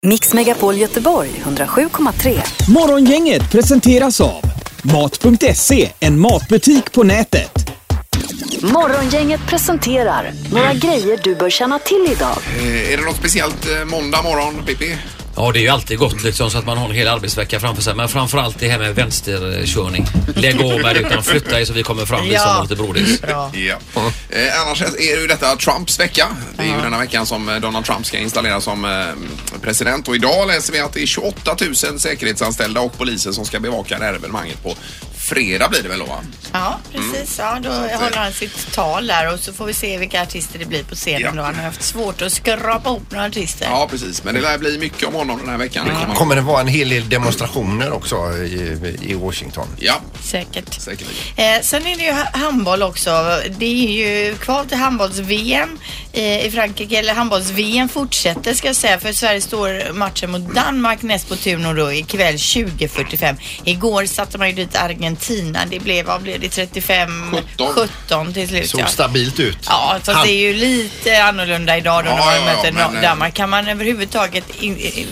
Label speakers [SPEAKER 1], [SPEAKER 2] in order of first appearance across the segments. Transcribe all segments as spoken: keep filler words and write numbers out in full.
[SPEAKER 1] Mix Megapol Göteborg hundrasju komma tre.
[SPEAKER 2] Morgongänget presenteras av Mat punkt se, en matbutik på nätet.
[SPEAKER 1] Morgongänget presenterar några grejer du bör känna till idag.
[SPEAKER 3] Eh, är det något speciellt eh, måndag morgon, Pippi?
[SPEAKER 4] Ja, det är ju alltid gott liksom, så att man har en hel arbetsvecka framför sig. Men framförallt det här med vänsterkörning. Lägg av med det utan flytta er så vi kommer fram
[SPEAKER 5] Ja.
[SPEAKER 4] som lite brodis.
[SPEAKER 3] Ja. Eh, annars är det ju detta Trumps vecka. Det är ju denna veckan som Donald Trump ska installera som eh, president. Och idag läser vi att det är tjugoåtta tusen säkerhetsanställda och poliser som ska bevaka det här evenemanget på fredag blir det väl då, va?
[SPEAKER 5] Ja, precis. Ja, då håller han sitt tal där och så får vi se vilka artister det blir på scenen.
[SPEAKER 3] Ja.
[SPEAKER 5] Då. Han har haft svårt att skrapa ihop några artister.
[SPEAKER 3] Ja, precis. Men det lär bli mycket om honom den här veckan.
[SPEAKER 6] Mm. Kommer det vara en hel del demonstrationer också i, i Washington?
[SPEAKER 3] Ja,
[SPEAKER 5] säkert.
[SPEAKER 3] säkerligen.
[SPEAKER 5] Eh, sen är det ju ha- handboll också. Det är ju kval till handbolls-V M eh, i Frankrike. Eller handbolls-V M fortsätter ska jag säga. För Sverige står matchen mot Danmark näst på tur då ikväll tjugo fyrtiofem. Igår satte man ju dit Argentina. Det blev, vad blev det? trettiofem sjutton till slut.
[SPEAKER 6] Såg
[SPEAKER 5] ja.
[SPEAKER 6] stabilt ut.
[SPEAKER 5] Ja, fast
[SPEAKER 6] Han-
[SPEAKER 5] det är ju lite annorlunda idag då
[SPEAKER 3] Ja,
[SPEAKER 5] när man
[SPEAKER 3] ja, ja,
[SPEAKER 5] möter
[SPEAKER 3] men,
[SPEAKER 5] no- Danmark. Kan man överhuvudtaget in, in,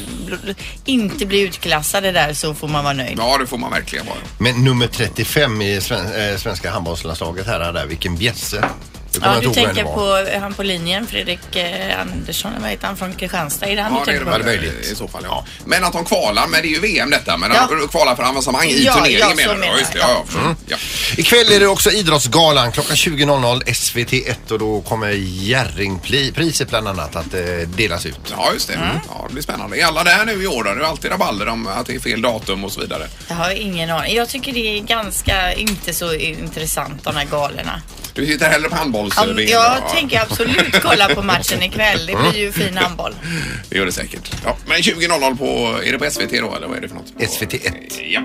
[SPEAKER 5] inte bli utklassade där så får man vara nöjd.
[SPEAKER 3] Ja, det får man verkligen vara.
[SPEAKER 6] Men nummer trettiofem i sven, äh, svenska handbollslandslaget här, där, vilken bjässe.
[SPEAKER 5] Ja, du tänker på han på linjen, Fredrik eh, Andersson, vad heter han, från Kristianstad? Är det han
[SPEAKER 3] Ja,
[SPEAKER 5] du
[SPEAKER 3] det är
[SPEAKER 5] tänker
[SPEAKER 3] det
[SPEAKER 5] på?
[SPEAKER 3] möjligt i så fall, ja. Men att de kvalar, men det är ju V M detta, men
[SPEAKER 5] Ja.
[SPEAKER 3] de kvalar för avancemang i
[SPEAKER 5] Ja,
[SPEAKER 3] turneringen
[SPEAKER 5] ja, så
[SPEAKER 3] menar du?
[SPEAKER 5] menar
[SPEAKER 3] Ja, just det.
[SPEAKER 5] jag.
[SPEAKER 3] Ja, ja. Mm. Ja.
[SPEAKER 6] Ikväll är det också Idrottsgalan klockan tjugo noll noll S V T ett och då kommer Jerringpriset bland annat att eh, delas ut.
[SPEAKER 3] Ja, just det. Ja, det blir spännande. Är alla där nu i år då? Det är alltid rabalder om att det är fel datum och så vidare.
[SPEAKER 5] Jag har ingen aning. Jag tycker det är ganska inte så intressant de här galorna.
[SPEAKER 3] Du sitter hellre på handbolls
[SPEAKER 5] Ja,
[SPEAKER 3] V M,
[SPEAKER 5] jag
[SPEAKER 3] då?
[SPEAKER 5] tänker absolut kolla på matchen ikväll. Det blir ju fin handboll.
[SPEAKER 3] Det gör det säkert. Ja, men tjugo noll noll på, är det på S V T då eller vad är det för något?
[SPEAKER 6] S V T ett.
[SPEAKER 3] Ja.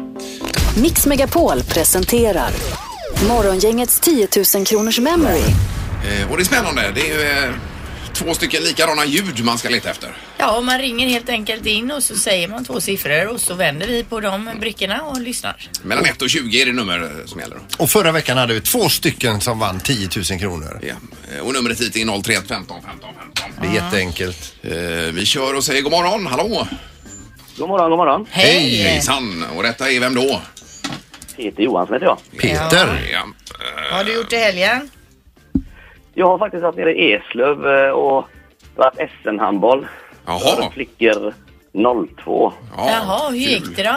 [SPEAKER 1] Mix Megapol presenterar Morgongängets tio tusen kronors memory.
[SPEAKER 3] Eh, och det är spännande. Det är ju eh, två stycken likadana ljud man ska leta efter.
[SPEAKER 5] Ja, och man ringer helt enkelt in och så säger man två siffror och så vänder vi på de brickorna och lyssnar.
[SPEAKER 3] Mellan ett och tjugo är det nummer eh, som gäller då.
[SPEAKER 6] Och förra veckan hade vi två stycken som vann tio tusen kronor.
[SPEAKER 3] Ja. Eh, Och numret hit är noll tre ett femton femton femton.
[SPEAKER 6] Det är jätteenkelt.
[SPEAKER 3] Eh, vi kör och säger god morgon. Hallå!
[SPEAKER 7] God morgon, god morgon.
[SPEAKER 5] Hej!
[SPEAKER 3] Hejsan! Och detta är vem då?
[SPEAKER 7] Peter Johansson heter jag.
[SPEAKER 6] Peter.
[SPEAKER 3] Ja.
[SPEAKER 5] Vad har du gjort i helgen?
[SPEAKER 7] Jag har faktiskt varit nere i Eslöv eh, och varit S M-handboll.
[SPEAKER 3] Jaha.
[SPEAKER 7] Flickor noll två.
[SPEAKER 3] Ja,
[SPEAKER 5] Jaha, hur
[SPEAKER 3] kul.
[SPEAKER 5] gick det då?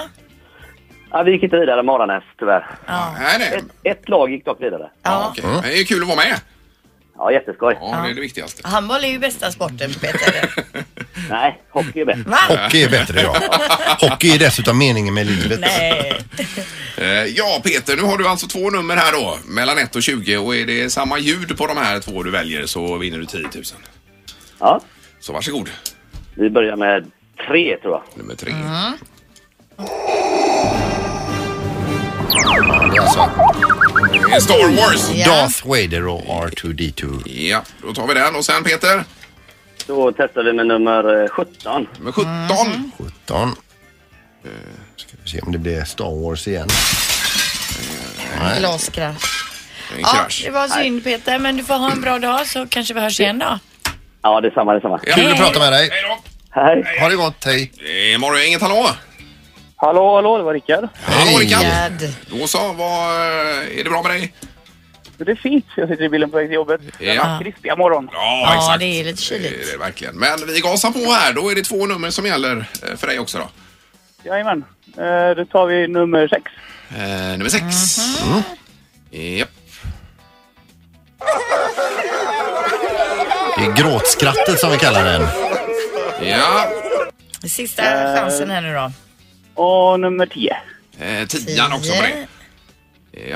[SPEAKER 7] Ja, vi gick inte vidare Maranäs tyvärr.
[SPEAKER 5] Ja.
[SPEAKER 3] Nej, nej.
[SPEAKER 7] Ett, ett lag gick dock vidare.
[SPEAKER 3] Ja, okej. Det är kul att vara med.
[SPEAKER 7] Ja, jätteskoj.
[SPEAKER 3] Ja, det är det viktigaste.
[SPEAKER 5] Handboll är ju bästa sporten, Peter.
[SPEAKER 7] Nej, hockey är bäst.
[SPEAKER 5] Va?
[SPEAKER 6] Hockey är bättre, ja. Hockey är dessutom meningen med livet.
[SPEAKER 5] Nej.
[SPEAKER 3] Eh, Ja, Peter, nu har du alltså två nummer här då. Mellan ett och tjugo. Och är det samma ljud på de här två du väljer så vinner du tio tusen.
[SPEAKER 7] Ja,
[SPEAKER 3] Så varsågod.
[SPEAKER 7] vi börjar med tre tror jag.
[SPEAKER 3] Nummer tre.
[SPEAKER 6] Det är alltså
[SPEAKER 3] Det är Star Wars.
[SPEAKER 5] Ja.
[SPEAKER 6] Darth Vader och R två D två.
[SPEAKER 3] Ja, då tar vi den. Och sen Peter,
[SPEAKER 7] Då testar vi med nummer eh, sjutton.
[SPEAKER 3] nummer sjutton.
[SPEAKER 6] sjutton. Ska vi se om det blir Star Wars igen. Nej.
[SPEAKER 5] Glaskrasch.
[SPEAKER 3] En
[SPEAKER 5] Ja,
[SPEAKER 3] krasch.
[SPEAKER 5] det var synd Peter, men du får ha en bra dag så kanske vi hörs igen då.
[SPEAKER 7] Ja, det är samma, det är samma.
[SPEAKER 3] Ja.
[SPEAKER 6] Kul att prata med dig.
[SPEAKER 3] Hej då.
[SPEAKER 7] Hej.
[SPEAKER 6] Ha det gott, hej.
[SPEAKER 3] Det är morgon, inget hallå.
[SPEAKER 7] Hallå, hallå, det var Rickard.
[SPEAKER 3] Hallå Rickard.
[SPEAKER 5] Gad.
[SPEAKER 3] Då så, vad, är det bra med dig?
[SPEAKER 7] Det är fint. Jag sitter i bilen på väg till jobbet.
[SPEAKER 3] Ja.
[SPEAKER 7] Krispiga morgon.
[SPEAKER 3] Ja,
[SPEAKER 5] Ja,
[SPEAKER 3] exakt.
[SPEAKER 5] det är lite kyligt.
[SPEAKER 3] Det är det verkligen. Men vi gasar på här. Då är det två nummer som gäller eh, för dig också då.
[SPEAKER 7] Jajamän. Eh, då tar vi nummer sex.
[SPEAKER 3] Eh, nummer sex. Mm. Japp.
[SPEAKER 6] Det är gråtskrattet som vi kallar den.
[SPEAKER 3] Ja.
[SPEAKER 5] Sista chansen här nu då.
[SPEAKER 7] Och nummer tio.
[SPEAKER 3] Eh, tian också på det. Ja.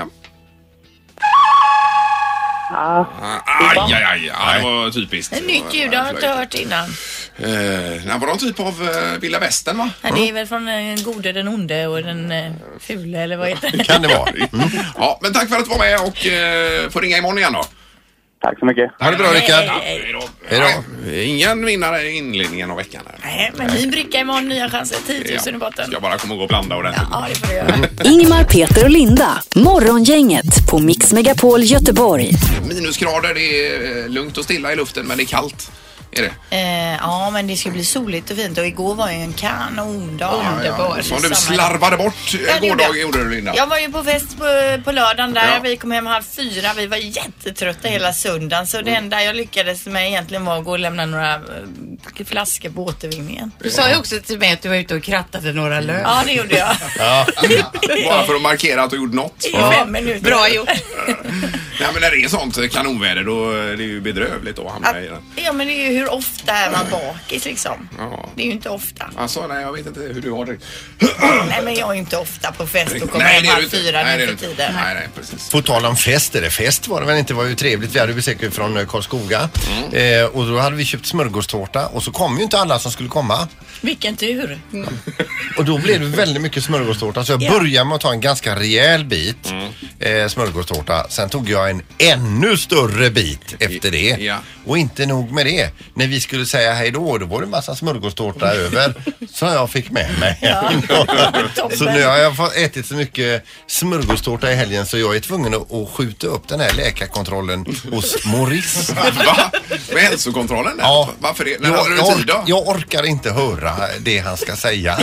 [SPEAKER 7] Ah,
[SPEAKER 3] Ah, aj, aj, aj. Ja, det var typiskt.
[SPEAKER 5] Ett nytt ljud, jag har inte hört innan.
[SPEAKER 3] Eh, det var någon typ av eh, vilda västern va?
[SPEAKER 5] Ja, det är väl från den gode, den onde och den eh, fule eller vad heter det?
[SPEAKER 6] Kan det vara. Mm.
[SPEAKER 3] Ja, men tack för att du var med och eh, får ringa imorgon igen då.
[SPEAKER 7] tack så mycket.
[SPEAKER 6] Ha det bra, Rickard.
[SPEAKER 3] Hej då.
[SPEAKER 6] Hej då.
[SPEAKER 3] Nej, ingen vinnare i inledningen av veckan här.
[SPEAKER 5] Nej, men ny bricka imorgon, nya chanser, tio tusen i botten.
[SPEAKER 3] Jag bara kommer gå och blanda ordentligt.
[SPEAKER 5] Ja, det får du göra.
[SPEAKER 1] Ingmar, Peter och Linda. Morgongänget på Mix Megapol Göteborg.
[SPEAKER 3] Minusgrader, det är eh, lugnt och stilla i luften men det är kallt. är det?
[SPEAKER 5] Eh, ja, men det ska bli soligt och fint och igår var ju en kanondag.
[SPEAKER 3] Ja, som du slarvade bort
[SPEAKER 5] Ja, det gjorde
[SPEAKER 3] gårdagen,
[SPEAKER 5] jag.
[SPEAKER 3] gjorde du, Linda.
[SPEAKER 5] Jag var ju på fest på, på lördagen där.
[SPEAKER 3] Ja.
[SPEAKER 5] Vi kom hem halv fyra. Vi var jättetrötta hela söndagen. Så det enda jag lyckades med egentligen var att gå och lämna några äh, flaskor på återvinningen.
[SPEAKER 8] Du sa ju också till mig att du var ute och krattade några löv.
[SPEAKER 5] Ja, det gjorde jag.
[SPEAKER 3] Bara för att markera att du gjort något.
[SPEAKER 5] I fem minuter.
[SPEAKER 8] Bra gjort.
[SPEAKER 3] Nej, men när det är sånt kanonväder då är det ju bedrövligt att hamna i den.
[SPEAKER 5] Ja, men det är ju hur ofta är man bakis liksom.
[SPEAKER 3] Ja.
[SPEAKER 5] Det är ju inte ofta.
[SPEAKER 3] Alltså, nej, jag vet inte hur du har det.
[SPEAKER 5] Nej, men jag är inte ofta på fest och kommer
[SPEAKER 3] Nej,
[SPEAKER 5] hem
[SPEAKER 3] det är du
[SPEAKER 5] halv
[SPEAKER 3] inte.
[SPEAKER 5] fyra
[SPEAKER 3] Nej, det
[SPEAKER 5] nu
[SPEAKER 3] är
[SPEAKER 5] för
[SPEAKER 3] du inte.
[SPEAKER 5] tiden.
[SPEAKER 3] Nej, nej, precis.
[SPEAKER 6] På tal om fest, är det fest var det väl inte? Det var ju trevligt. Vi hade besök från Karlskoga mm. eh, och då hade vi köpt smörgåstårta och så kom ju inte alla som skulle komma.
[SPEAKER 5] Vilken tur. Mm.
[SPEAKER 6] Och då blev det väldigt mycket smörgåstårta så jag
[SPEAKER 5] Ja.
[SPEAKER 6] började med att ta en ganska rejäl bit
[SPEAKER 3] Mm.
[SPEAKER 6] eh, smörgåstårta. Sen tog jag en ännu större bit efter det.
[SPEAKER 3] Ja.
[SPEAKER 6] Och inte nog med det. När vi skulle säga hej då, då var det en massa smörgåstårta över så jag fick med mig.
[SPEAKER 5] Ja.
[SPEAKER 6] Så nu har jag fått ätit så mycket smörgåstårta i helgen så jag är tvungen att, att skjuta upp den här läkarkontrollen hos Maurice.
[SPEAKER 3] Va? Med hälsokontrollen där?
[SPEAKER 6] Ja.
[SPEAKER 3] Varför det? När
[SPEAKER 6] Jag,
[SPEAKER 3] hade du
[SPEAKER 6] jag,
[SPEAKER 3] tid då?
[SPEAKER 6] ork, jag orkar inte höra det han ska säga.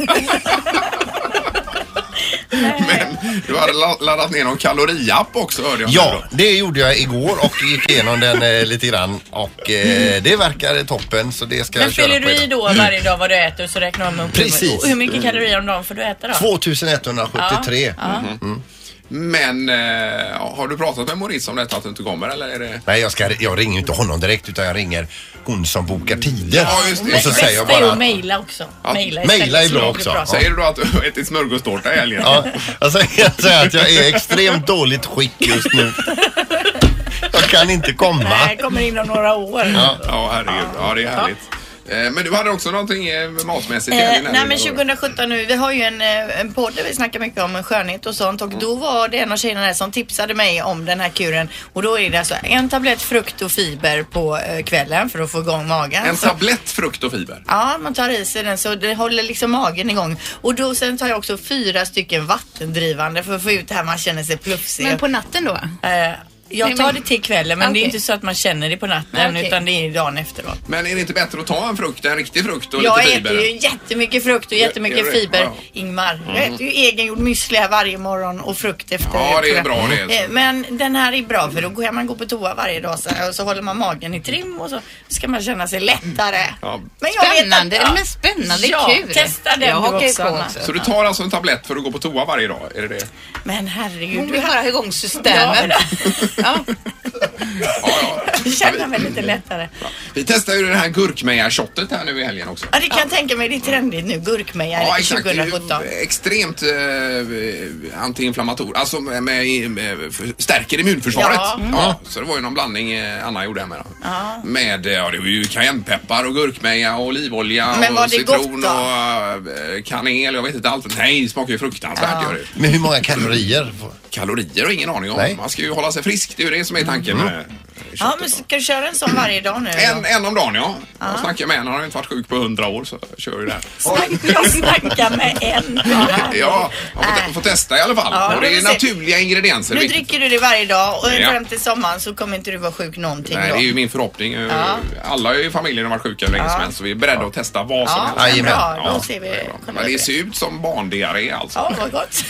[SPEAKER 3] Men du hade la- laddat ner någon kaloriapp också, hörde jag.
[SPEAKER 6] Ja, det gjorde jag igår och gick igenom den eh, lite grann och eh, det verkar toppen så det ska
[SPEAKER 5] Men
[SPEAKER 6] jag köra
[SPEAKER 5] fyller
[SPEAKER 6] på
[SPEAKER 5] du i
[SPEAKER 6] idag.
[SPEAKER 5] då varje dag vad du äter och så räknar man upp
[SPEAKER 6] Precis.
[SPEAKER 5] hur, hur mycket kalorier om dagen får du äta då?
[SPEAKER 6] tvåtusenetthundrasjuttiotre.
[SPEAKER 5] Ja, ja.
[SPEAKER 6] Mm. Mm.
[SPEAKER 3] Men eh, har du pratat med Maurice om detta att du inte kommer, eller är det...
[SPEAKER 6] Nej, jag, ska, jag ringer inte honom direkt utan jag ringer hon som bokar tider.
[SPEAKER 3] Ja, just det.
[SPEAKER 6] Och så
[SPEAKER 5] Men
[SPEAKER 6] säger jag
[SPEAKER 5] bästa är
[SPEAKER 6] bara...
[SPEAKER 5] att mejla också.
[SPEAKER 3] Ja.
[SPEAKER 5] Mejla
[SPEAKER 6] Mejla är
[SPEAKER 5] istället,
[SPEAKER 6] bra
[SPEAKER 5] så
[SPEAKER 6] också.
[SPEAKER 5] blir det
[SPEAKER 3] Säger du då att du har ätit smörgåstårta i helgen?
[SPEAKER 6] Ja, alltså jag säger att jag är i extremt dåligt skick just nu. Jag kan inte komma.
[SPEAKER 5] Nej, kommer inom några år.
[SPEAKER 6] Ja.
[SPEAKER 3] Ja, herregud. Ja, det är härligt. Eh, Men du hade också någonting eh, matmässigt? i
[SPEAKER 5] Eh,
[SPEAKER 3] helgen här,
[SPEAKER 5] nej men
[SPEAKER 3] Linda, då?
[SPEAKER 5] tjugosjutton nu, vi har ju en, eh, en podd där vi snackar mycket om skönhet och sånt och då var det en av tjejerna där som tipsade mig om den här kuren och då är det alltså en tablett frukt och fiber på eh, kvällen för att få igång magen.
[SPEAKER 3] En
[SPEAKER 5] Så-
[SPEAKER 3] tablett frukt och fiber?
[SPEAKER 5] Ja, man tar i sig den så det håller liksom magen igång. Och då sen tar jag också fyra stycken vattendrivande för att få ut det här man känner sig plufsig.
[SPEAKER 8] Men på natten då?
[SPEAKER 5] Eh, jag
[SPEAKER 8] Nej,
[SPEAKER 5] tar
[SPEAKER 8] men-
[SPEAKER 5] det till kvällen men det är
[SPEAKER 8] Okej.
[SPEAKER 5] inte så att man känner det på natten
[SPEAKER 8] Okej.
[SPEAKER 5] utan det är dagen efteråt.
[SPEAKER 3] Men är det inte bättre att ta en frukt, en riktig frukt och
[SPEAKER 5] Jag
[SPEAKER 3] lite
[SPEAKER 5] äter
[SPEAKER 3] fiber?
[SPEAKER 5] ju jättemycket frukt och jättemycket
[SPEAKER 3] Gör du det?
[SPEAKER 5] fiber,
[SPEAKER 3] Ja.
[SPEAKER 5] Ingmar. Jag äter ju egengjord müsli här varje morgon och frukt efter.
[SPEAKER 3] Ja, det är bra det.
[SPEAKER 5] Eh, Men den här är bra för då går man gå på toa varje dag så, och så håller man magen i trim och så ska man känna sig lättare.
[SPEAKER 3] Ja.
[SPEAKER 5] Men jag vet
[SPEAKER 8] Spännande,
[SPEAKER 5] att-
[SPEAKER 8] men spännande,
[SPEAKER 5] ja,
[SPEAKER 8] kul.
[SPEAKER 5] testa den
[SPEAKER 8] jag
[SPEAKER 5] du
[SPEAKER 8] hakar
[SPEAKER 5] också,
[SPEAKER 8] på
[SPEAKER 5] Anna.
[SPEAKER 8] också.
[SPEAKER 3] Så du tar alltså en tablett för att gå på toa varje dag? Är det det?
[SPEAKER 5] Men herregud,
[SPEAKER 8] Hon
[SPEAKER 5] du
[SPEAKER 8] vill bara ha igång systemet. Ja.
[SPEAKER 3] Ja, ja.
[SPEAKER 5] känner mig lite lättare.
[SPEAKER 3] Vi testar ju det här gurkmeja-shottet här nu i helgen också.
[SPEAKER 5] Ja, det kan jag tänka mig, det är trendigt nu, gurkmeja
[SPEAKER 3] Ja,
[SPEAKER 5] i
[SPEAKER 3] exakt. Det är
[SPEAKER 5] tjugosjutton.
[SPEAKER 3] ju extremt eh, antiinflammatoriskt. Alltså med, med, med för- stärker immunförsvaret.
[SPEAKER 5] Ja.
[SPEAKER 3] Ja, så det var ju någon blandning eh, Anna gjorde här med. Då.
[SPEAKER 5] Ja.
[SPEAKER 3] Med, eh, ja det var ju cayennepeppar och gurkmeja och olivolja
[SPEAKER 5] Men var
[SPEAKER 3] och
[SPEAKER 5] det
[SPEAKER 3] citron
[SPEAKER 5] gott då?
[SPEAKER 3] och eh, kanel. Jag vet inte allt. Nej, det smakar ju fruktansvärt.
[SPEAKER 5] Ja.
[SPEAKER 3] Gör det.
[SPEAKER 6] Men hur många kalorier?
[SPEAKER 3] Kalorier har ingen aning om.
[SPEAKER 6] Nej.
[SPEAKER 3] Man ska ju hålla sig frisk. Det är ju det som är tanken med
[SPEAKER 5] Mm. Ja, men ska du köra en sån varje dag nu?
[SPEAKER 3] En,
[SPEAKER 5] då?
[SPEAKER 3] en om dagen, ja. Jag snackar med en, han har inte varit sjuk på hundra år så jag kör ju det här.
[SPEAKER 5] Jag snackar med en.
[SPEAKER 3] Ja, man får, te- får testa i alla fall.
[SPEAKER 5] Ja,
[SPEAKER 3] och det
[SPEAKER 5] vi
[SPEAKER 3] är
[SPEAKER 5] får se.
[SPEAKER 3] naturliga ingredienser.
[SPEAKER 5] Nu
[SPEAKER 3] vilket-
[SPEAKER 5] dricker du det varje dag och
[SPEAKER 3] Ja.
[SPEAKER 5] fram till sommaren så kommer inte du vara sjuk någonting
[SPEAKER 3] Nej,
[SPEAKER 5] då.
[SPEAKER 3] det är ju min förhoppning.
[SPEAKER 5] Ja.
[SPEAKER 3] Alla i familjen har varit sjuka länge som helst så vi är beredda att testa vad som
[SPEAKER 5] Ja,
[SPEAKER 3] helst.
[SPEAKER 5] vad
[SPEAKER 6] Jajamän.
[SPEAKER 5] bra. Då
[SPEAKER 3] Ja.
[SPEAKER 5] ser vi.
[SPEAKER 3] Men det ser ut som barndiarré alltså.
[SPEAKER 5] Ja, vad gott.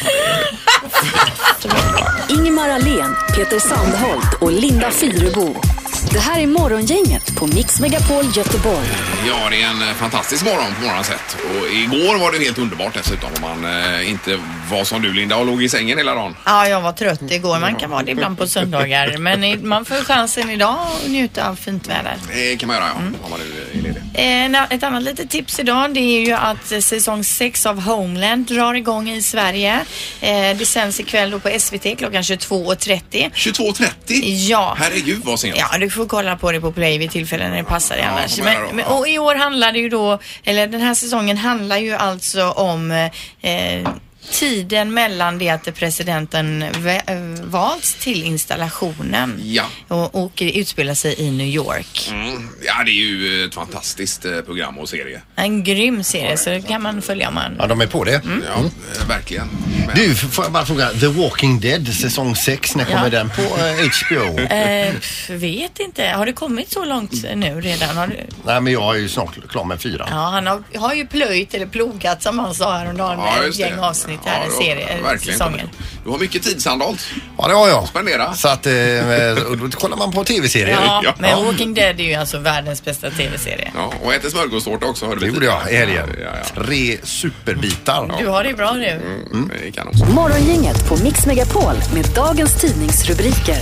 [SPEAKER 1] Ingemar Ahlén, Peter Sandholt och Linda Fyrebo. Det här är Morgongänget på Mix Megapol Göteborg.
[SPEAKER 3] Ja, det är en eh, fantastisk morgon på många sätt. Och igår var det helt underbart dessutom om man eh, inte var som du Linda och låg i sängen hela dagen.
[SPEAKER 5] Ja, jag var trött igår. Man kan vara det ibland på söndagar. Men i- man får chansen idag att njuta av fint väder.
[SPEAKER 3] Det kan man göra, ja.
[SPEAKER 5] Mm.
[SPEAKER 3] Om man nu är ledig.
[SPEAKER 5] Eh, ett annat litet tips idag det är ju att eh, säsong sex av Homeland drar igång i Sverige. Eh, det sänds ikväll då på S V T klockan tjugotvå och trettio.
[SPEAKER 3] tjugotvå trettio?
[SPEAKER 5] Ja.
[SPEAKER 3] Herregud vad sent.
[SPEAKER 5] Ja, du får kolla på det på Play vid tillfällen när det passar dig
[SPEAKER 3] Ja,
[SPEAKER 5] annars.
[SPEAKER 3] får man göra
[SPEAKER 5] Men,
[SPEAKER 3] då.
[SPEAKER 5] men,
[SPEAKER 3] Ja.
[SPEAKER 5] och i år handlar det ju då, eller den här säsongen handlar ju alltså om eh, tiden mellan det att presidenten vä- valts till installationen
[SPEAKER 3] Ja.
[SPEAKER 5] och, och utspelar sig i New York.
[SPEAKER 3] Mm. Ja, det är ju ett fantastiskt eh, program och serie.
[SPEAKER 5] En grym serie, så det kan man följa om man...
[SPEAKER 6] Ja, de är på det.
[SPEAKER 5] Mm.
[SPEAKER 3] Ja, eh, verkligen. Men...
[SPEAKER 6] Du, får jag bara fråga, The Walking Dead säsong sex, när kommer
[SPEAKER 5] Ja.
[SPEAKER 6] den på eh, H B O?
[SPEAKER 5] Eh, pff, vet inte. Har det kommit så långt nu redan? Har du...
[SPEAKER 6] Nej, men jag är ju snart klar med fyra.
[SPEAKER 5] Ja, han har, har ju plöjt eller plogat som han sa häromdagen
[SPEAKER 3] Ja,
[SPEAKER 5] med
[SPEAKER 3] just
[SPEAKER 5] ett gäng
[SPEAKER 3] det.
[SPEAKER 5] avsnitt här
[SPEAKER 3] Ja,
[SPEAKER 5] i
[SPEAKER 3] då-
[SPEAKER 5] serien,
[SPEAKER 3] verkligen.
[SPEAKER 5] säsongen.
[SPEAKER 3] Du har mycket tid, Sandholt.
[SPEAKER 6] Ja, det har jag.
[SPEAKER 3] Spendera.
[SPEAKER 6] Så att, eh, och då kollar man på tv-serier.
[SPEAKER 5] Ja,
[SPEAKER 3] Ja.
[SPEAKER 5] men Walking Dead är ju alltså världens bästa tv-serie.
[SPEAKER 3] Ja, och äter smörgåstårta också, hörde
[SPEAKER 6] Det
[SPEAKER 3] vi
[SPEAKER 6] gjorde jag i helgen.
[SPEAKER 3] Ja, ja.
[SPEAKER 6] Tre superbitar.
[SPEAKER 5] Du har det bra nu.
[SPEAKER 3] Mm. Det kan också.
[SPEAKER 1] Morgongänget på Mix Megapol med dagens tidningsrubriker.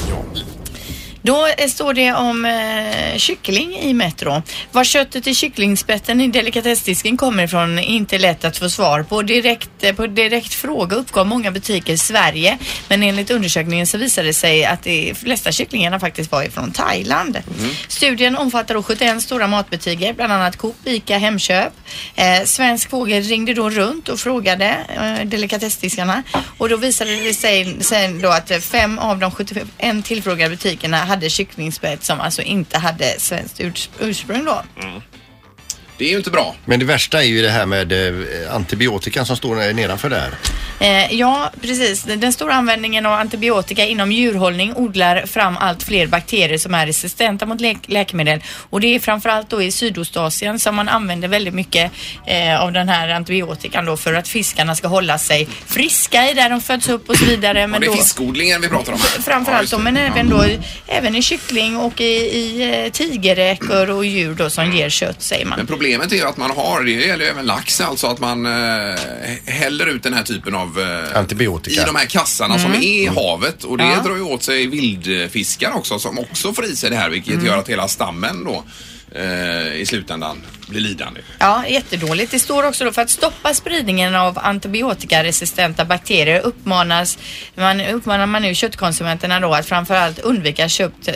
[SPEAKER 5] Då eh, står det om eh, kyckling i Metro. Var köttet i kycklingspetten i delikatessdisken kommer ifrån är inte lätt att få svar på. Direkt, eh, på direkt fråga uppgav många butiker i Sverige, men enligt undersökningen så visade det sig att de flesta kycklingarna faktiskt var ifrån Thailand.
[SPEAKER 3] Mm.
[SPEAKER 5] Studien omfattar då sjuttioen stora matbutiker, bland annat Coop, Ica, Hemköp. Eh, Svensk Fågel ringde då runt och frågade eh, delikatessdiskarna, och då visade det sig sen då att fem av de sjuttioen tillfrågade butikerna hade kycklingspett som alltså inte hade svenskt urs- ursprung då.
[SPEAKER 3] Mm. Det är ju inte bra.
[SPEAKER 6] Men det värsta är ju det här med eh, antibiotikan som står nedanför där.
[SPEAKER 5] Eh, ja, precis. Den stora användningen av antibiotika inom djurhållning odlar fram allt fler bakterier som är resistenta mot lä- läkemedel. Och det är framförallt då i Sydostasien som man använder väldigt mycket eh, av den här antibiotikan då för att fiskarna ska hålla sig friska i där de föds upp och så vidare. Men
[SPEAKER 3] Och det är
[SPEAKER 5] då,
[SPEAKER 3] fiskodlingen vi pratar om här.
[SPEAKER 5] framförallt
[SPEAKER 3] Ja,
[SPEAKER 5] då,
[SPEAKER 3] just det.
[SPEAKER 5] men även
[SPEAKER 3] Ja.
[SPEAKER 5] då även i kyckling och i, i eh, tigerräkor och djur då som ger kött, säger man.
[SPEAKER 3] Men problemet är ju att man har, det gäller ju även lax, alltså att man eh, häller ut den här typen av eh,
[SPEAKER 6] Antibiotika.
[SPEAKER 3] i de här kassarna som är i havet, och det
[SPEAKER 5] Ja.
[SPEAKER 3] drar ju åt sig vildfiskar också som också får i sig det här, vilket gör att hela stammen då eh, i slutändan blir lidande.
[SPEAKER 5] Ja, jättedåligt. Det står också då för att stoppa spridningen av antibiotikaresistenta bakterier uppmanas man, uppmanar man nu köttkonsumenterna då att framförallt undvika köpt,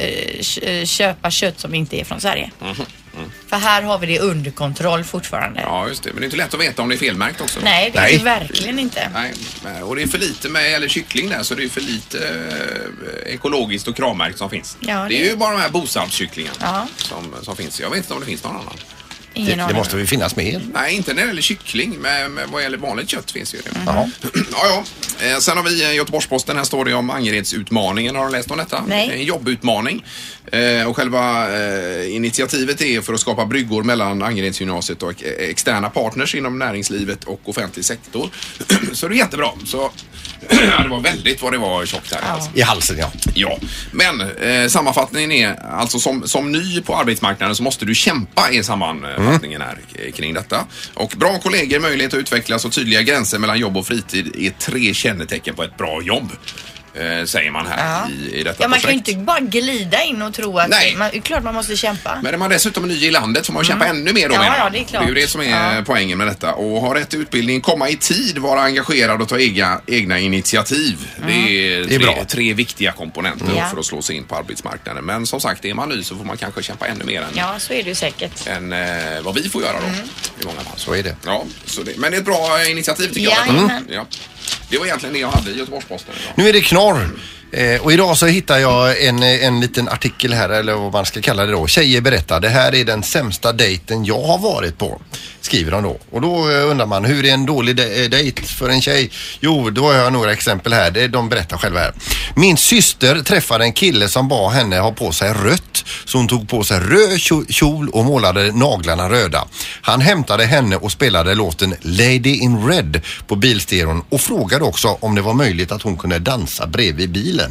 [SPEAKER 5] eh, köpa kött som inte är från Sverige.
[SPEAKER 3] Mm. Mm.
[SPEAKER 5] För här har vi det under kontroll fortfarande.
[SPEAKER 3] Ja, just det. Men det är inte lätt att veta om det är felmärkt också.
[SPEAKER 5] Nej, det är
[SPEAKER 6] Nej.
[SPEAKER 5] det verkligen inte.
[SPEAKER 3] Nej, och det är för lite med, eller kyckling där, så det är för lite eh, ekologiskt och kravmärkt som finns.
[SPEAKER 5] Ja,
[SPEAKER 3] det...
[SPEAKER 5] det-
[SPEAKER 3] är ju bara de här bosalpskycklingarna
[SPEAKER 5] Ja.
[SPEAKER 3] som, som finns. Jag vet inte om det finns någon annan.
[SPEAKER 5] Ingen
[SPEAKER 6] Det, det
[SPEAKER 5] aning.
[SPEAKER 6] måste väl finnas med.
[SPEAKER 3] Nej, inte när det gäller kyckling, men, men vad gäller vanligt kött finns det ju det.
[SPEAKER 6] Ja.
[SPEAKER 3] Ja, ja. Eh, sen har vi eh, Göteborgs-Posten. Här står det om Angeredsutmaningen. Har du läst om detta?
[SPEAKER 5] Nej.
[SPEAKER 3] En jobbutmaning. Eh, och själva eh, initiativet är för att skapa bryggor mellan Angeredsgymnasiet och eh, externa partners inom näringslivet och offentlig sektor. Så det är jättebra. Så ja, det var väldigt vad det var tjockt här.
[SPEAKER 5] Ja.
[SPEAKER 3] Alltså.
[SPEAKER 6] I halsen, ja.
[SPEAKER 3] Ja, men eh, sammanfattningen är alltså som, som ny på arbetsmarknaden så måste du kämpa, är sammanfattningen här k- kring detta. Och bra kollegor, möjlighet att utvecklas och tydliga gränser mellan jobb och fritid är tre kännetecken på ett bra jobb. Eh, säger man här
[SPEAKER 5] Ja.
[SPEAKER 3] i, i detta
[SPEAKER 5] Ja, man kan ju
[SPEAKER 3] projekt.
[SPEAKER 5] inte bara glida in och tro att
[SPEAKER 3] Nej.
[SPEAKER 5] man, klart man måste kämpa.
[SPEAKER 3] Men är man dessutom ny i landet får man kämpa ännu mer då,
[SPEAKER 5] Ja,
[SPEAKER 3] menar
[SPEAKER 5] ja,
[SPEAKER 3] man.
[SPEAKER 5] det är klart.
[SPEAKER 3] Det är ju det som är
[SPEAKER 5] Ja.
[SPEAKER 3] poängen med detta. Och ha rätt utbildning, komma i tid, vara engagerad och ta egna, egna initiativ. Det är,
[SPEAKER 6] Det är
[SPEAKER 3] tre,
[SPEAKER 6] bra.
[SPEAKER 3] tre viktiga komponenter
[SPEAKER 5] Ja.
[SPEAKER 3] för att slå sig in på arbetsmarknaden. Men som sagt, är man ny så får man kanske kämpa ännu mer än,
[SPEAKER 5] Ja, så är det ju säkert.
[SPEAKER 3] än eh, vad vi får göra då. I många fall.
[SPEAKER 6] Så är det.
[SPEAKER 3] Ja, så det. Men det är ett bra initiativ tycker jag.
[SPEAKER 5] Jajamän.
[SPEAKER 3] Ja. Det var egentligen det jag hade i Göteborgs-Posten idag.
[SPEAKER 6] Nu är det knorr. Eh, och idag så hittar jag en, en liten artikel här, eller vad man ska kalla det då. Tjejer berättar, det här är den sämsta dejten jag har varit på, skriver de då. Och då eh, undrar man, hur är en dålig de- dejt för en tjej? Jo, då har jag några exempel här. Det, de berättar själva här. Min syster träffade en kille som bad henne ha på sig rött. Så hon tog på sig röd kjo- kjol och målade naglarna röda. Han hämtade henne och spelade låten Lady in Red på bilstereon och frågade också om det var möjligt att hon kunde dansa bredvid bilen.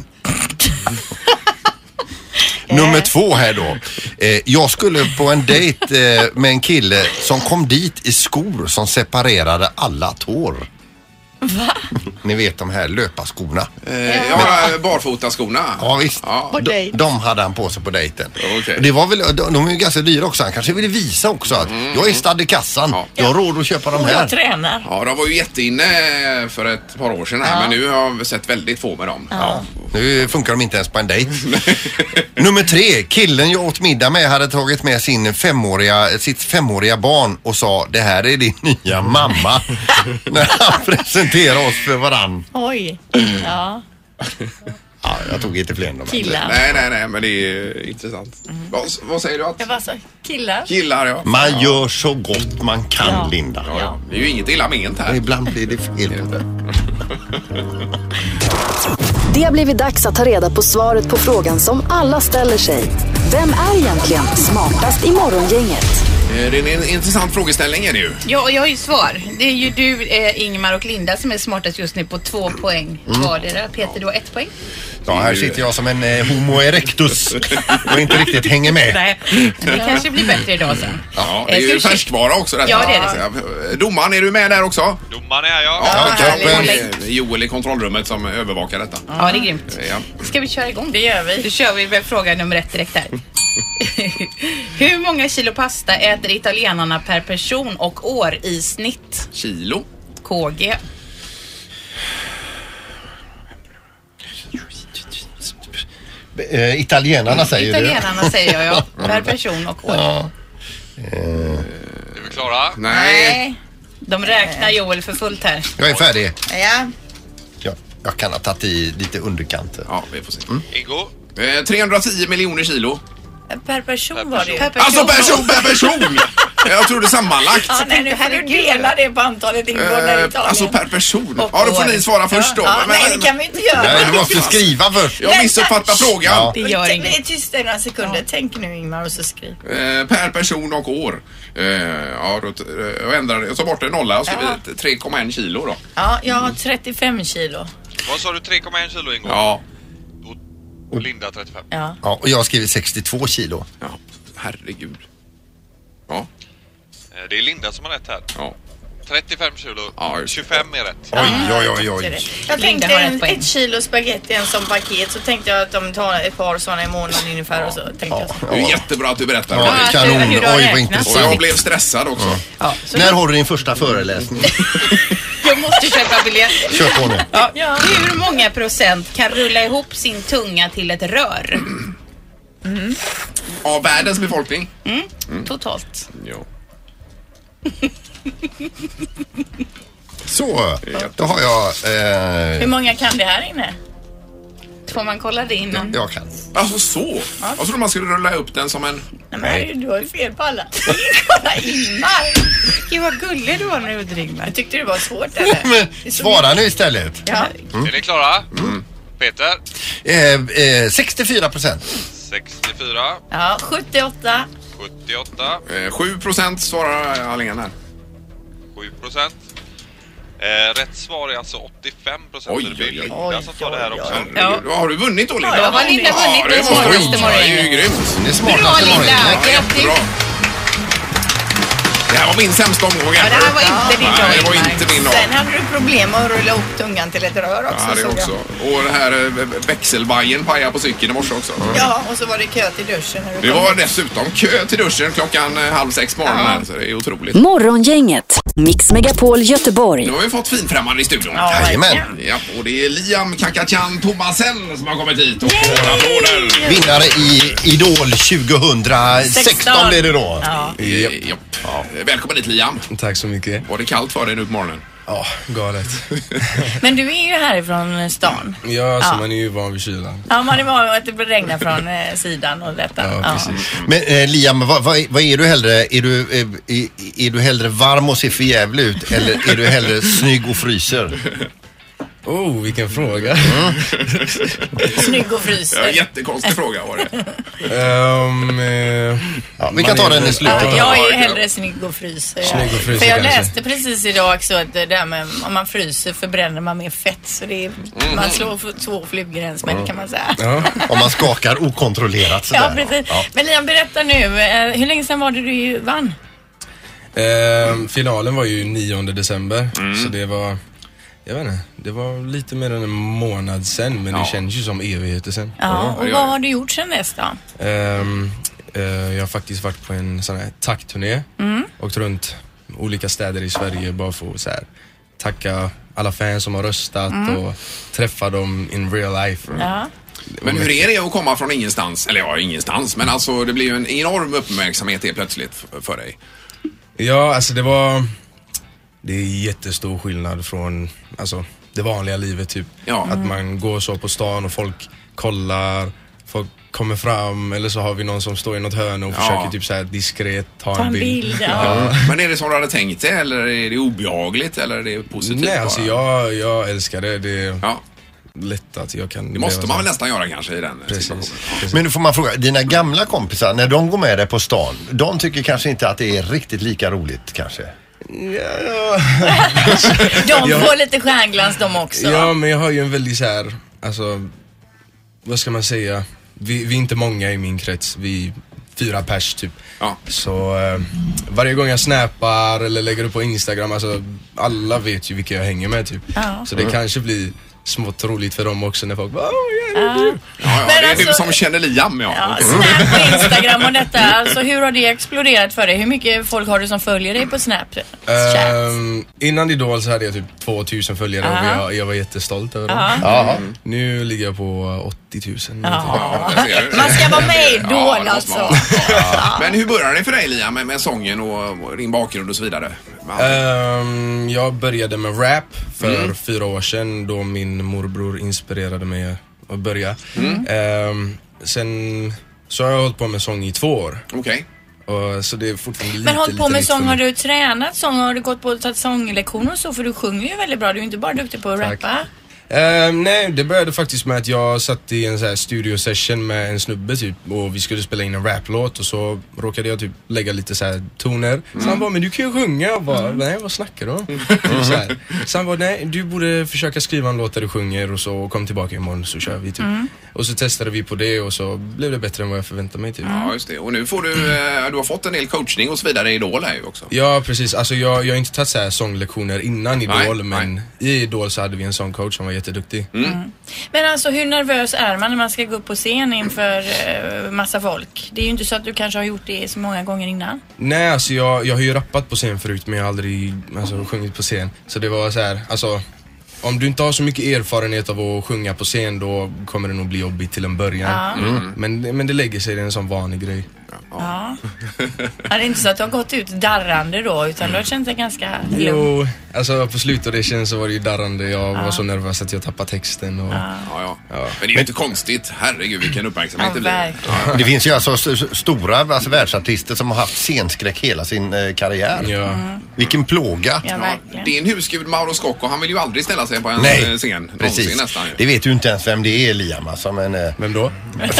[SPEAKER 6] Nummer två här då. Eh, jag skulle på en dejt eh, med en kille som kom dit i skor som separerade alla tår.
[SPEAKER 5] Va?
[SPEAKER 6] Ni vet de här löparskorna.
[SPEAKER 3] Eh, ja, barfotaskorna.
[SPEAKER 6] Ja visst.
[SPEAKER 3] Ja.
[SPEAKER 5] På
[SPEAKER 6] De,
[SPEAKER 5] dejt.
[SPEAKER 6] de hade han på sig på dejten.
[SPEAKER 3] Okej.
[SPEAKER 6] Och det var väl, de, de är ju ganska dyra också. Han kanske ville visa också att jag är stad i kassan.
[SPEAKER 3] Ja.
[SPEAKER 6] Jag har råd att köpa de
[SPEAKER 5] Och
[SPEAKER 6] här.
[SPEAKER 5] jag tränar.
[SPEAKER 3] Ja, de var ju jätteinne för ett par år sedan här,
[SPEAKER 5] Ja.
[SPEAKER 3] men nu har vi sett väldigt få med dem.
[SPEAKER 5] Ja.
[SPEAKER 6] Nu funkar de inte ens på en dejt. Nummer tre. Killen jag åt middag med hade tagit med sin femåriga, sitt femåriga barn och sa det här är din nya mamma. När han presenterade oss för varann.
[SPEAKER 5] Oj. Ja.
[SPEAKER 6] Ja, jag tog inte fler än de här.
[SPEAKER 5] Killar.
[SPEAKER 3] Nej, nej, nej, men det är intressant. Vad, vad säger du att?
[SPEAKER 5] Jag bara så, killar.
[SPEAKER 3] Killar, ja.
[SPEAKER 6] Man gör så gott man kan,
[SPEAKER 5] Ja.
[SPEAKER 6] Linda.
[SPEAKER 3] Ja, ja. Det är ju inget illa ment här.
[SPEAKER 6] Ibland blir det fel på det.
[SPEAKER 1] Det har blivit dags att ta reda på svaret på frågan som alla ställer sig. Vem är egentligen smartast i morgongänget?
[SPEAKER 3] Eh, Det är en intressant frågeställning är det ju.
[SPEAKER 8] Ja, och jag har ju svar. Det är ju du, eh, Ingmar och Linda som är smartast just nu på två poäng vardera. Peter, du har ett poäng.
[SPEAKER 6] Ja, här sitter jag som en eh, homo erectus och inte riktigt hänger med.
[SPEAKER 8] Nej, det kanske blir bättre idag sen.
[SPEAKER 3] Ja, det är
[SPEAKER 8] Eh, ska
[SPEAKER 3] ju
[SPEAKER 8] vi se-
[SPEAKER 3] färskvara också detta.
[SPEAKER 8] Ja, det är det.
[SPEAKER 3] Domaren, är du med där också?
[SPEAKER 9] Domaren är jag.
[SPEAKER 3] Ja,
[SPEAKER 5] Ja,
[SPEAKER 3] toppen.
[SPEAKER 5] härligt.
[SPEAKER 3] Det är Joel i kontrollrummet som övervakar detta.
[SPEAKER 8] Ja, det är grymt.
[SPEAKER 3] Ja.
[SPEAKER 8] Ska vi köra igång?
[SPEAKER 5] Det gör vi.
[SPEAKER 8] Då kör vi med fråga nummer ett direkt här. Hur många kilo pasta äter italienarna per person och år i snitt?
[SPEAKER 3] Kilo.
[SPEAKER 8] K G.
[SPEAKER 6] Eh, italienarna säger
[SPEAKER 8] Italienarna säger jag, ja. Per person och år.
[SPEAKER 6] Ja.
[SPEAKER 9] Är vi klara?
[SPEAKER 3] Nej.
[SPEAKER 8] De räknar Joel för fullt här.
[SPEAKER 6] du. Jag är färdig.
[SPEAKER 5] Ja.
[SPEAKER 6] Ja, jag kan ha tagit i lite underkant.
[SPEAKER 3] Ja, vi får se.
[SPEAKER 9] Ingo?
[SPEAKER 3] Eh, trehundratio miljoner kilo.
[SPEAKER 5] Per person var det ju.
[SPEAKER 8] Per person.
[SPEAKER 3] Alltså person per person! Jag trodde sammanlagt.
[SPEAKER 5] Ja, nej, nu får du dela det på antalet invånare i
[SPEAKER 3] Eh,
[SPEAKER 5] Italien.
[SPEAKER 3] alltså per person.
[SPEAKER 8] Och
[SPEAKER 3] Ja, då får
[SPEAKER 8] år.
[SPEAKER 3] ni svara först då.
[SPEAKER 5] Ja,
[SPEAKER 3] Men-
[SPEAKER 5] nej, det kan vi inte göra.
[SPEAKER 6] Nej, du måste skriva först.
[SPEAKER 3] Jag missuppfattar frågan.
[SPEAKER 6] Ja.
[SPEAKER 8] Det gör
[SPEAKER 5] Det
[SPEAKER 8] inget.
[SPEAKER 5] är tyst i några sekunder. Tänk nu Ingmar och så skriv.
[SPEAKER 3] Eh, per person och år. Eh, ja, då t- eh, jag ändrar det. Jag tar bort en nolla och skriver tre komma ett kilo då.
[SPEAKER 5] Ja, jag har trettiofem kilo.
[SPEAKER 9] Vad sa du? tre komma ett kilo Ingo?
[SPEAKER 3] Ja.
[SPEAKER 9] Och Linda trettiofem.
[SPEAKER 5] Ja.
[SPEAKER 6] Ja, och jag har skrivit sextiotvå kilo.
[SPEAKER 3] Ja, herregud. Ja,
[SPEAKER 9] Eh, Det är Linda som har rätt här.
[SPEAKER 3] ja.
[SPEAKER 9] trettiofem kilo.
[SPEAKER 3] Ja, just det.
[SPEAKER 9] tjugofem är rätt.
[SPEAKER 6] Oj, oj, oj,
[SPEAKER 5] Det är
[SPEAKER 6] oj.
[SPEAKER 5] det. Jag
[SPEAKER 8] Linda
[SPEAKER 5] tänkte
[SPEAKER 8] har
[SPEAKER 5] en,
[SPEAKER 8] ett poäng.
[SPEAKER 5] ett kilo spaghetti en som paket, så tänkte jag att de tar ett par sådana i månaden ungefär och så tänkte jag så.
[SPEAKER 3] Det är ju jättebra att du berättar.
[SPEAKER 6] Ja,
[SPEAKER 8] Ja,
[SPEAKER 6] kanon.
[SPEAKER 8] hur du har
[SPEAKER 6] Oj, vad
[SPEAKER 8] räknat.
[SPEAKER 3] Och jag
[SPEAKER 6] intressant.
[SPEAKER 3] blev stressad också.
[SPEAKER 8] Ja, så
[SPEAKER 6] När har du din första föreläsning?
[SPEAKER 8] jag måste köpa biljett.
[SPEAKER 6] Kör på nu.
[SPEAKER 8] Ja. Hur många procent kan rulla ihop sin tunga till ett rör?
[SPEAKER 3] Av världens befolkning.
[SPEAKER 8] Totalt.
[SPEAKER 3] Ja.
[SPEAKER 6] Så, då har jag...
[SPEAKER 5] Hur
[SPEAKER 6] Eh,
[SPEAKER 5] många kan det här inne?
[SPEAKER 8] Får man kolla det innan?
[SPEAKER 6] jag kan.
[SPEAKER 3] Alltså så. Jag trodde man skulle rulla upp den som en...
[SPEAKER 5] Nej, men du har ju fel på alla. Kolla Ingmar!
[SPEAKER 8] Gud vad gullig du var nu, Ingmar.
[SPEAKER 5] Jag tyckte det var svårt eller?
[SPEAKER 6] Men
[SPEAKER 5] Det är så
[SPEAKER 6] svara nu istället.
[SPEAKER 5] Ja.
[SPEAKER 9] Är ni klara? Peter?
[SPEAKER 6] Eh, eh, sextiofyra procent.
[SPEAKER 9] sextiofyra.
[SPEAKER 5] Ja, sjuttioåtta.
[SPEAKER 9] sjuttioåtta.
[SPEAKER 3] Eh, sju procent svarar Allingan här.
[SPEAKER 9] sju procent. Eh, rätt svar är alltså åttiofem procent.
[SPEAKER 3] Oj,
[SPEAKER 9] Det blir
[SPEAKER 3] oj, oj.
[SPEAKER 9] Linda som tar det här också.
[SPEAKER 3] Herregud. Har du vunnit då, Linda?
[SPEAKER 8] Ja, har Linda vunnit
[SPEAKER 3] det
[SPEAKER 8] den
[SPEAKER 3] måste
[SPEAKER 8] smartaste
[SPEAKER 3] du- Det är
[SPEAKER 8] morgonen?
[SPEAKER 3] ju grymt.
[SPEAKER 6] Det är
[SPEAKER 8] Bra
[SPEAKER 6] smartaste
[SPEAKER 8] Linda!
[SPEAKER 6] morgonen.
[SPEAKER 8] Grattis!
[SPEAKER 3] Bra. Det här var min sämsta omgång.
[SPEAKER 8] Ja, det här var inte din
[SPEAKER 3] Nej, det
[SPEAKER 8] dag,
[SPEAKER 3] var
[SPEAKER 8] Ingmar.
[SPEAKER 3] inte min dag.
[SPEAKER 5] Sen hade du problem att rulla upp tungan till ett rör också.
[SPEAKER 3] Ja, det
[SPEAKER 5] såg jag.
[SPEAKER 3] också. Och det här eh, växelvajern pajade på cykeln i morse också.
[SPEAKER 5] Ja, och så var det kö till duschen när du
[SPEAKER 3] Det
[SPEAKER 5] kom.
[SPEAKER 3] var dessutom kö till duschen klockan eh, halv sex på morgonen här, så det är otroligt.
[SPEAKER 1] Morgongänget, Mix Megapol Göteborg.
[SPEAKER 3] Nu har vi fått finfrämmande i studion.
[SPEAKER 5] Ja,
[SPEAKER 6] Jajamän.
[SPEAKER 5] verkligen.
[SPEAKER 3] Ja, och det är Liam Kakachan Thomasen som har kommit hit och får applåder.
[SPEAKER 6] Vinnare i Idol tjugohundrasexton blir det då.
[SPEAKER 5] Ja.
[SPEAKER 3] Eh, japp. Eh, Välkommen hit Liam.
[SPEAKER 10] Tack så mycket.
[SPEAKER 3] Var det kallt för dig nu på morgonen?
[SPEAKER 10] Ja, galet.
[SPEAKER 5] Men du är ju härifrån stan.
[SPEAKER 10] Ja, alltså
[SPEAKER 5] Ja.
[SPEAKER 10] man är ju van vid kylan.
[SPEAKER 5] Ja, man är van vid att det regnar från eh, sidan och detta.
[SPEAKER 10] Ja, precis.
[SPEAKER 6] Men eh, Liam, vad, vad, vad är du hellre? Är du, eh, är, är du hellre varm och ser för jävlig ut eller är du hellre snygg och fryser?
[SPEAKER 10] Oh, vilken fråga.
[SPEAKER 5] Snygg och
[SPEAKER 3] Ja,
[SPEAKER 5] fryser.
[SPEAKER 3] jättekonstig fråga var det.
[SPEAKER 10] um, eh,
[SPEAKER 6] Ja, vi kan ta den i slutet.
[SPEAKER 5] Ja,
[SPEAKER 6] då.
[SPEAKER 5] jag är hellre snygg och fryser.
[SPEAKER 10] Snygg och fryser
[SPEAKER 5] För jag
[SPEAKER 10] kanske.
[SPEAKER 5] läste precis idag också att det där med om man fryser förbränner man mer fett. Så det är, man slår för två flugor i en smäll kan man säga.
[SPEAKER 10] ja.
[SPEAKER 6] Om man skakar okontrollerat
[SPEAKER 5] Ja,
[SPEAKER 6] sådär.
[SPEAKER 5] precis.
[SPEAKER 6] Ja.
[SPEAKER 5] Men Liam, berätta nu. eh, Hur länge sedan var det du vann?
[SPEAKER 10] Ehm, finalen var ju nionde december. Så det var... jag vet inte, det var lite mer än en månad sen, men
[SPEAKER 3] Ja.
[SPEAKER 10] det känns ju som evigheter sen.
[SPEAKER 8] Ja, och vad har du gjort sen dess då?
[SPEAKER 10] Ehm, eh, jag har faktiskt varit på en sån här tackturné.
[SPEAKER 8] Mm.
[SPEAKER 10] Åkt runt olika städer i Sverige bara för att så här, tacka alla fans som har röstat
[SPEAKER 8] Mm.
[SPEAKER 10] och träffa dem in real life.
[SPEAKER 8] Ja.
[SPEAKER 3] Men hur är det att komma från ingenstans? Eller ja, ingenstans. Men alltså det blir ju en enorm uppmärksamhet helt plötsligt f- för dig.
[SPEAKER 10] Ja, alltså det var... Det är jättestor skillnad från alltså, det vanliga livet typ.
[SPEAKER 3] Ja.
[SPEAKER 10] Att man går så på stan och folk kollar, folk kommer fram, eller så har vi någon som står i något hörn och
[SPEAKER 3] Ja.
[SPEAKER 10] försöker typ så här diskret ta,
[SPEAKER 8] Ta en bild, ja.
[SPEAKER 3] Men är det som du hade tänkt det? Eller är det obehagligt? Eller är det positivt?
[SPEAKER 10] Nej, alltså
[SPEAKER 3] bara?
[SPEAKER 10] jag, jag älskar det. Det är
[SPEAKER 3] Ja.
[SPEAKER 10] lätt att jag kan...
[SPEAKER 3] Det måste
[SPEAKER 10] leva
[SPEAKER 3] man
[SPEAKER 10] så.
[SPEAKER 3] väl nästan göra kanske i den
[SPEAKER 10] Precis.
[SPEAKER 3] situationen.
[SPEAKER 10] Precis.
[SPEAKER 6] Men nu får man fråga, dina gamla kompisar, när de går med dig på stan, de tycker kanske inte att det är riktigt lika roligt kanske?
[SPEAKER 10] Ja,
[SPEAKER 8] De
[SPEAKER 10] Ja.
[SPEAKER 8] får lite stjärnglans de också.
[SPEAKER 10] ja, men jag har ju en väldigt så här, alltså, vad ska man säga? Vi, vi är inte många i min krets, vi är fyra pers typ.
[SPEAKER 3] Ja.
[SPEAKER 10] Så eh, varje gång jag snappar eller lägger upp på Instagram, alltså alla vet ju vilka jag hänger med typ.
[SPEAKER 8] Ja.
[SPEAKER 10] Så det kanske blir smått roligt för dem också när folk bara, åh, ja,
[SPEAKER 8] Ja.
[SPEAKER 10] du.
[SPEAKER 3] Ja, ja,
[SPEAKER 8] Men
[SPEAKER 3] det är du
[SPEAKER 8] alltså-
[SPEAKER 3] som känner Liam, ja.
[SPEAKER 8] Ja, Snap på Instagram och detta, alltså hur har det exploderat för dig? Hur mycket folk har du som följer dig på Snapchat?
[SPEAKER 10] Ehm, innan Idol så hade jag typ tvåtusen följare och
[SPEAKER 8] Aha.
[SPEAKER 10] jag, jag var jättestolt över dem.
[SPEAKER 8] Ja.
[SPEAKER 6] Jaha.
[SPEAKER 10] Nu ligger jag på åttio tusen.
[SPEAKER 3] Ja, där ser du.
[SPEAKER 8] Man ska vara med i Idol,
[SPEAKER 3] Ja, det måste
[SPEAKER 8] alltså.
[SPEAKER 3] man vara. Men hur började det för dig, Liam, med, med sången och, och din bakgrund och så vidare?
[SPEAKER 10] Ehm, jag började med rap för
[SPEAKER 3] Mm.
[SPEAKER 10] fyra år sedan då min morbror inspirerade mig att börja.
[SPEAKER 3] Mm.
[SPEAKER 10] Ehm, sen så har jag hållit på med sång i två år.
[SPEAKER 3] Okej.
[SPEAKER 10] Och, så det är fortfarande lite,
[SPEAKER 8] Men håll på
[SPEAKER 10] lite
[SPEAKER 8] med
[SPEAKER 10] nytt för
[SPEAKER 8] sång,
[SPEAKER 10] mig.
[SPEAKER 8] har du tränat sång? Har du gått på och tagit sånglektioner och så? För du sjunger ju väldigt bra, du är inte bara duktig på att
[SPEAKER 10] Tack.
[SPEAKER 8] rappa.
[SPEAKER 10] Ehm, nej, det började faktiskt med att jag satt i en så här studio session med en snubbe typ och vi skulle spela in en raplåt och så råkade jag typ lägga lite så här toner. Så han bara, men du kan ju sjunga. Jag bara, nej, vad snackar du om? Typ så här. Så han bara, nej, du borde försöka skriva en låt där du sjunger och så kom tillbaka imorgon så kör vi typ. Och så testade vi på det och så blev det bättre än vad jag förväntade mig typ.
[SPEAKER 3] Ja, just det. Och nu får du, eh, du har fått en del coachning och så vidare i Idol här ju också.
[SPEAKER 10] Ja, precis. Alltså jag, jag har inte tagit så här sånglektioner innan Idol,
[SPEAKER 3] Nej,
[SPEAKER 10] men
[SPEAKER 3] nej.
[SPEAKER 10] i Idol så hade vi en sångcoach som var jätteduktig.
[SPEAKER 8] Men alltså hur nervös är man när man ska gå upp på scen inför uh, massa folk? Det är ju inte så att du kanske har gjort det så många gånger innan.
[SPEAKER 10] Nej, alltså jag, jag har ju rappat på scen förut men jag har aldrig alltså, sjungit på scen. Så det var så här, alltså om du inte har så mycket erfarenhet av att sjunga på scen då kommer det nog bli jobbigt till en början.
[SPEAKER 8] Ja.
[SPEAKER 10] Mm. Men, men det lägger sig, det är en sån vanlig grej.
[SPEAKER 8] Ja. Ja, det är inte så att du har gått ut darrande då, utan du har känt dig ganska lugn.
[SPEAKER 10] Jo, alltså på slutaudition så var det ju darrande. Jag var så nervös att jag tappade texten och...
[SPEAKER 3] Ja, ja.
[SPEAKER 10] Ja.
[SPEAKER 3] Men det är ju inte konstigt. Herregud, vilken uppmärksamhet
[SPEAKER 8] Ja,
[SPEAKER 3] det blir.
[SPEAKER 8] verkligen.
[SPEAKER 6] Det finns ju alltså s- stora alltså, världsartister som har haft scenskräck hela sin eh, karriär.
[SPEAKER 10] Ja.
[SPEAKER 6] Vilken plåga.
[SPEAKER 8] Ja,
[SPEAKER 3] Ja,
[SPEAKER 8] verkligen.
[SPEAKER 3] din husgud Mauro Scocco, han vill ju aldrig ställa sig på en
[SPEAKER 6] Nej,
[SPEAKER 3] eh, scen. Någonsin
[SPEAKER 6] precis.
[SPEAKER 3] nästan. ju.
[SPEAKER 6] Det vet ju inte ens vem det är, Liam. Alltså, men, eh,
[SPEAKER 10] Vem då?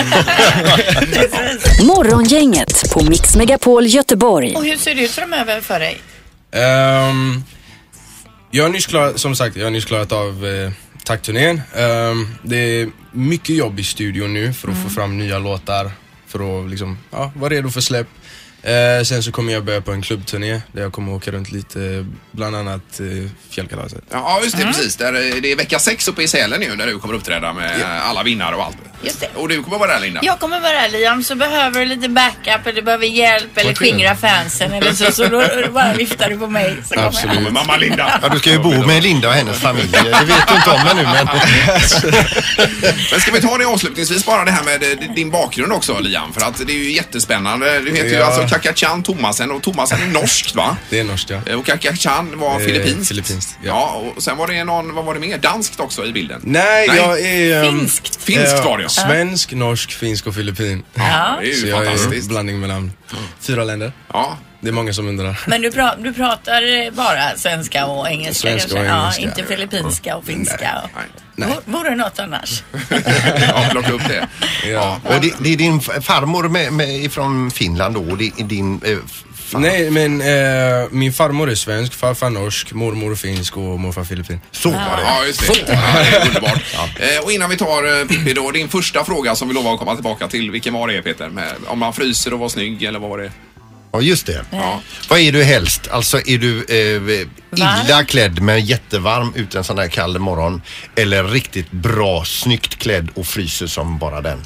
[SPEAKER 1] Morgongänget på Mix Megapol Göteborg.
[SPEAKER 8] Och hur ser det ut framöver för dig?
[SPEAKER 10] Ehm, jag har nyss klarat, som sagt, jag har nyss klarat av uh, tackturnén. Ehm, det är mycket jobb i studion nu för att få fram nya låtar. För att liksom, ja, vara redo för släpp. Eh, sen så kommer jag börja på en klubbturné där jag kommer åka runt lite, bland annat eh, Fjällkalaset.
[SPEAKER 3] Ja, just det, precis. Där, är- det är vecka sex uppe i Sälen nu där du kommer uppträda med alla vinnare och allt.
[SPEAKER 8] Just det.
[SPEAKER 3] Och du kommer vara där, Linda.
[SPEAKER 8] Jag kommer vara där, Liam, så behöver du lite backup eller behöver hjälp eller
[SPEAKER 10] Vad kul.
[SPEAKER 8] skingra fansen eller så, så då då bara viftar du på mig. Så kommer jag.
[SPEAKER 10] Absolut.
[SPEAKER 3] Ja, men mamma Linda.
[SPEAKER 6] ja, du ska ju bo med Linda och hennes familj. Det vet du inte om ännu, men...
[SPEAKER 3] Men ska vi ta det avslutningsvis bara det här med eh, din bakgrund också, Liam? För att det är ju jättespännande. Du heter ju
[SPEAKER 10] Ja.
[SPEAKER 3] alltså Kakachan Thomasen och Thomasen är norskt, va?
[SPEAKER 10] Det är norskt, ja.
[SPEAKER 3] Eh, Och Kakachan var
[SPEAKER 10] Eh,
[SPEAKER 3] filippinskt.
[SPEAKER 10] filippinskt, ja.
[SPEAKER 3] Ja, och sen var det någon, vad var det mer? Danskt också i bilden.
[SPEAKER 10] Nej,
[SPEAKER 3] Nej.
[SPEAKER 10] jag är... ehm,
[SPEAKER 8] Finskt.
[SPEAKER 3] Finskt var det, ja.
[SPEAKER 10] Svensk, norsk, finsk och filippin.
[SPEAKER 8] Ja.
[SPEAKER 3] Det är
[SPEAKER 10] Så
[SPEAKER 3] ju
[SPEAKER 10] jag är en
[SPEAKER 3] fantastiskt.
[SPEAKER 10] blandning mellan fyra länder.
[SPEAKER 3] Ja.
[SPEAKER 10] Det är många som undrar.
[SPEAKER 8] Men du, pra- du pratar bara svenska och engelska
[SPEAKER 10] Svenska
[SPEAKER 8] kanske?
[SPEAKER 10] och engelska.
[SPEAKER 8] Ja, inte filippinska och finska. Och...
[SPEAKER 3] Nej.
[SPEAKER 10] Nej.
[SPEAKER 8] Vore- Vore det något annars?
[SPEAKER 3] Ja, plocka upp det.
[SPEAKER 10] Ja.
[SPEAKER 6] Och det, det är din f- farmor med, med, från Finland då? Det är din... Eh, far-
[SPEAKER 10] Nej, men eh, min farmor är svensk, farfar norsk, mormor finsk och morfar filippin.
[SPEAKER 6] Så var det.
[SPEAKER 3] Ja, just det. Ja, det är underbart. Eh, och innan vi tar eh, Pippi då, din första fråga som vi lovar att komma tillbaka till, vilken var det, Peter? Med, om man fryser och var snygg eller vad var det?
[SPEAKER 6] Ja, just det.
[SPEAKER 5] Ja.
[SPEAKER 6] Vad är du helst? Alltså är du eh, illa klädd men jättevarm ut en sån här kall morgon, eller riktigt bra, snyggt klädd och fryser som bara den?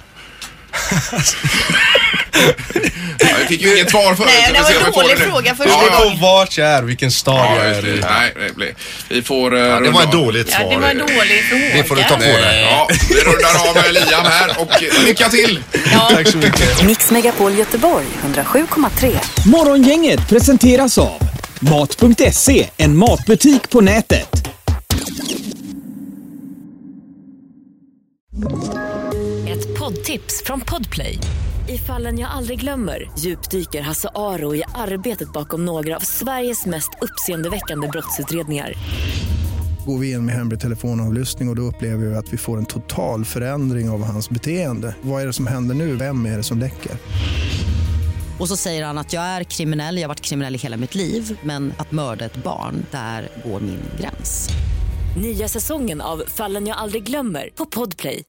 [SPEAKER 3] Ja, vi fick ju inget svar förut.
[SPEAKER 5] Nej, det var en dålig fråga först.
[SPEAKER 10] Det är på vart jag är, vilken stad
[SPEAKER 3] Ja,
[SPEAKER 10] jag
[SPEAKER 3] just
[SPEAKER 10] är
[SPEAKER 3] det.
[SPEAKER 10] i.
[SPEAKER 3] Nej, det blir. Vi får... Uh,
[SPEAKER 6] Ja, det var ett dåligt svar.
[SPEAKER 8] Ja, det var en dålig fråga.
[SPEAKER 6] Det får du ta på dig.
[SPEAKER 3] Ja, vi rundar av med Liam här och lycka till!
[SPEAKER 8] Ja.
[SPEAKER 10] Tack så mycket.
[SPEAKER 1] Mix Megapol Göteborg hundrasju komma tre.
[SPEAKER 2] Morgongänget presenteras av Mat punkt se, en matbutik på nätet.
[SPEAKER 11] Ett poddtips från Podplay. I Fallen jag aldrig glömmer djupdyker Hasse Aro i arbetet bakom några av Sveriges mest uppseendeväckande brottsutredningar.
[SPEAKER 12] Går vi in med hemlig telefonavlyssning och då upplever vi att vi får en total förändring av hans beteende. Vad är det som händer nu? Vem är det som läcker?
[SPEAKER 13] Och så säger han att jag är kriminell, jag har varit kriminell i hela mitt liv, men att mörda ett barn, där går min gräns.
[SPEAKER 11] Nya säsongen av Fallen jag aldrig glömmer på Podplay.